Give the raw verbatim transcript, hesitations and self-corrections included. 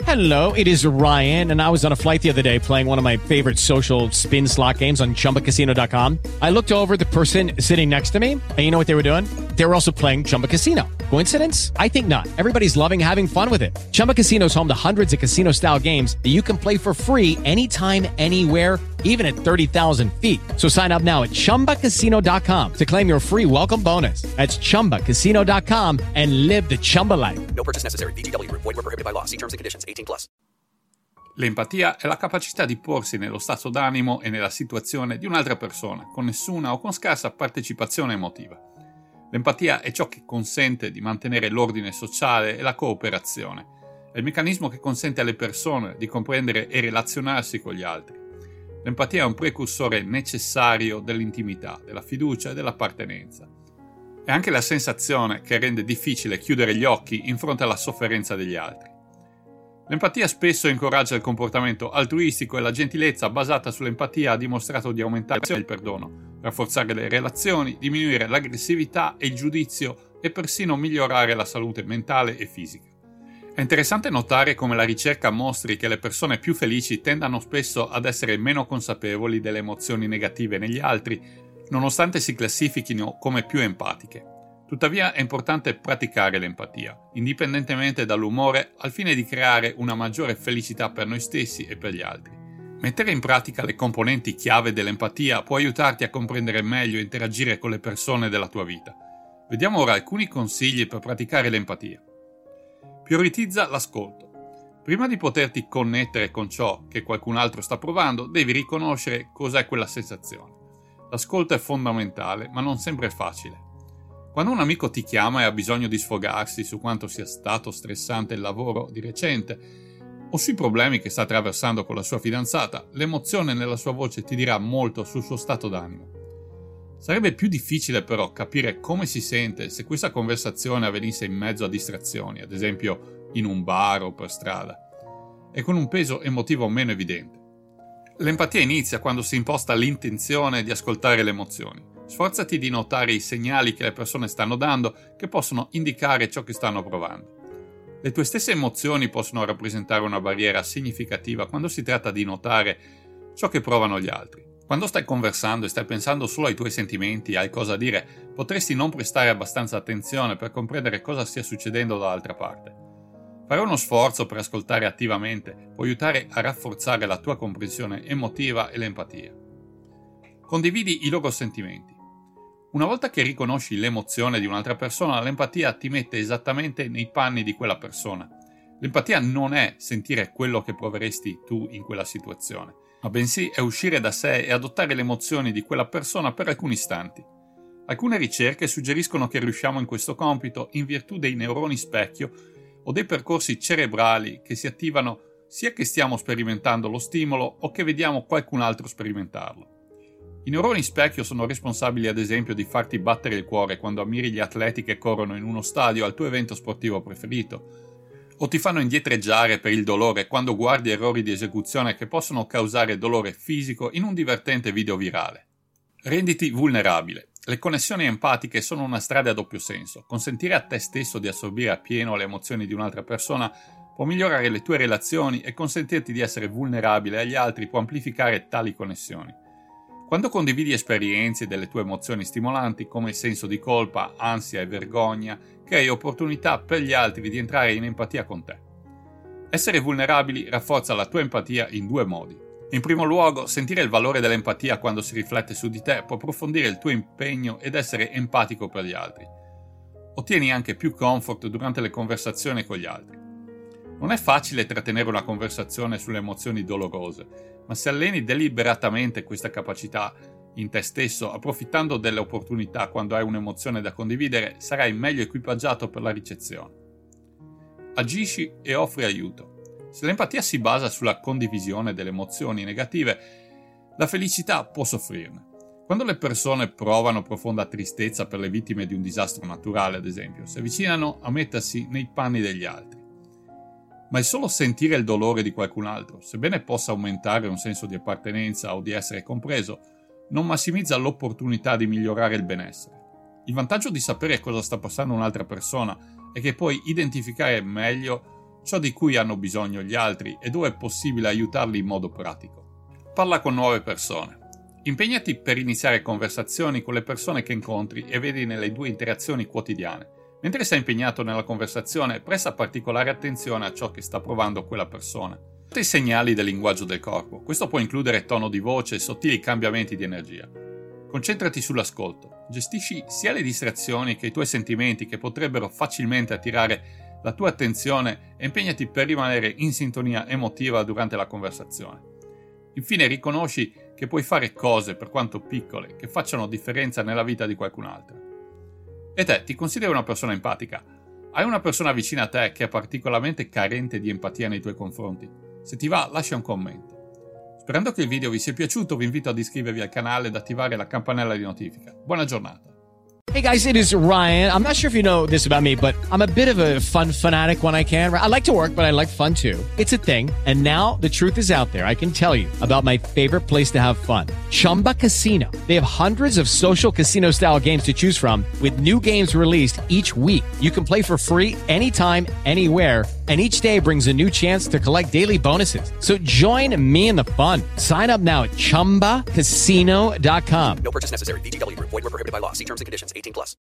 Hello, it is Ryan, and I was on a flight the other day playing one of my favorite social spin slot games on Chumba Casino dot com. I looked over at the person sitting next to me, and you know what they were doing? They were also playing Chumba Casino. Coincidence? I think not. Everybody's loving having fun with it. Chumba Casino is home to hundreds of casino-style games that you can play for free anytime, anywhere, even at thirty thousand feet. So sign up now at Chumba Casino dot com to claim your free welcome bonus. That's Chumba Casino dot com and live the Chumba life. No purchase necessary. V G W. Void where prohibited by law. See terms and conditions. eighteen plus. L'empatia è la capacità di porsi nello stato d'animo e nella situazione di un'altra persona, con nessuna o con scarsa partecipazione emotiva. L'empatia è ciò che consente di mantenere l'ordine sociale e la cooperazione. È il meccanismo che consente alle persone di comprendere e relazionarsi con gli altri. L'empatia è un precursore necessario dell'intimità, della fiducia e dell'appartenenza. È anche la sensazione che rende difficile chiudere gli occhi in fronte alla sofferenza degli altri. L'empatia spesso incoraggia il comportamento altruistico e la gentilezza basata sull'empatia ha dimostrato di aumentare il perdono, rafforzare le relazioni, diminuire l'aggressività e il giudizio e persino migliorare la salute mentale e fisica. È interessante notare come la ricerca mostri che le persone più felici tendano spesso ad essere meno consapevoli delle emozioni negative negli altri, nonostante si classifichino come più empatiche. Tuttavia è importante praticare l'empatia, indipendentemente dall'umore, al fine di creare una maggiore felicità per noi stessi e per gli altri. Mettere in pratica le componenti chiave dell'empatia può aiutarti a comprendere meglio e interagire con le persone della tua vita. Vediamo ora alcuni consigli per praticare l'empatia. Prioritizza l'ascolto. Prima di poterti connettere con ciò che qualcun altro sta provando, devi riconoscere cos'è quella sensazione. L'ascolto è fondamentale, ma non sempre è facile. Quando un amico ti chiama e ha bisogno di sfogarsi su quanto sia stato stressante il lavoro di recente o sui problemi che sta attraversando con la sua fidanzata, l'emozione nella sua voce ti dirà molto sul suo stato d'animo. Sarebbe più difficile però capire come si sente se questa conversazione avvenisse in mezzo a distrazioni, ad esempio in un bar o per strada, e con un peso emotivo meno evidente. L'empatia inizia quando si imposta l'intenzione di ascoltare le emozioni. Sforzati di notare i segnali che le persone stanno dando che possono indicare ciò che stanno provando. Le tue stesse emozioni possono rappresentare una barriera significativa quando si tratta di notare ciò che provano gli altri. Quando stai conversando e stai pensando solo ai tuoi sentimenti e hai cosa dire, potresti non prestare abbastanza attenzione per comprendere cosa stia succedendo dall'altra parte. Fare uno sforzo per ascoltare attivamente può aiutare a rafforzare la tua comprensione emotiva e l'empatia. Condividi i loro sentimenti. Una volta che riconosci l'emozione di un'altra persona, l'empatia ti mette esattamente nei panni di quella persona. L'empatia non è sentire quello che proveresti tu in quella situazione, ma bensì è uscire da sé e adottare le emozioni di quella persona per alcuni istanti. Alcune ricerche suggeriscono che riusciamo in questo compito in virtù dei neuroni specchio o dei percorsi cerebrali che si attivano sia che stiamo sperimentando lo stimolo o che vediamo qualcun altro sperimentarlo. I neuroni specchio sono responsabili ad esempio di farti battere il cuore quando ammiri gli atleti che corrono in uno stadio al tuo evento sportivo preferito, o ti fanno indietreggiare per il dolore quando guardi errori di esecuzione che possono causare dolore fisico in un divertente video virale. Renditi vulnerabile. Le connessioni empatiche sono una strada a doppio senso. Consentire a te stesso di assorbire appieno le emozioni di un'altra persona può migliorare le tue relazioni e consentirti di essere vulnerabile agli altri può amplificare tali connessioni. Quando condividi esperienze delle tue emozioni stimolanti come il senso di colpa, ansia e vergogna, crei opportunità per gli altri di entrare in empatia con te. Essere vulnerabili rafforza la tua empatia in due modi. In primo luogo, sentire il valore dell'empatia quando si riflette su di te può approfondire il tuo impegno ed essere empatico per gli altri. Ottieni anche più comfort durante le conversazioni con gli altri. Non è facile trattenere una conversazione sulle emozioni dolorose, ma se alleni deliberatamente questa capacità in te stesso, approfittando delle opportunità quando hai un'emozione da condividere, sarai meglio equipaggiato per la ricezione. Agisci e offri aiuto. Se l'empatia si basa sulla condivisione delle emozioni negative, la felicità può soffrirne. Quando le persone provano profonda tristezza per le vittime di un disastro naturale, ad esempio, si avvicinano a mettersi nei panni degli altri. Ma il solo sentire il dolore di qualcun altro, sebbene possa aumentare un senso di appartenenza o di essere compreso, non massimizza l'opportunità di migliorare il benessere. Il vantaggio di sapere cosa sta passando un'altra persona è che puoi identificare meglio ciò di cui hanno bisogno gli altri e dove è possibile aiutarli in modo pratico. Parla con nuove persone. Impegnati per iniziare conversazioni con le persone che incontri e vedi nelle tue interazioni quotidiane. Mentre sei impegnato nella conversazione, presta particolare attenzione a ciò che sta provando quella persona. Nota i segnali del linguaggio del corpo. Questo può includere tono di voce e sottili cambiamenti di energia. Concentrati sull'ascolto. Gestisci sia le distrazioni che i tuoi sentimenti che potrebbero facilmente attirare la tua attenzione e impegnati per rimanere in sintonia emotiva durante la conversazione. Infine, riconosci che puoi fare cose, per quanto piccole, che facciano differenza nella vita di qualcun altro. E te, ti consideri una persona empatica? Hai una persona vicina a te che è particolarmente carente di empatia nei tuoi confronti? Se ti va, lascia un commento. Sperando che il video vi sia piaciuto, vi invito ad iscrivervi al canale ed attivare la campanella di notifica. Buona giornata! Hey guys, it is Ryan. I'm not sure if you know this about me, but I'm a bit of a fun fanatic when I can. I like to work, but I like fun too. It's a thing. And now the truth is out there. I can tell you about my favorite place to have fun. Chumba Casino. They have hundreds of social casino style games to choose from with new games released each week. You can play for free anytime, anywhere. And each day brings a new chance to collect daily bonuses. So join me in the fun. Sign up now at chumba casino dot com. No purchase necessary. V G W Group. Void where prohibited by law. See terms and conditions. eighteen plus.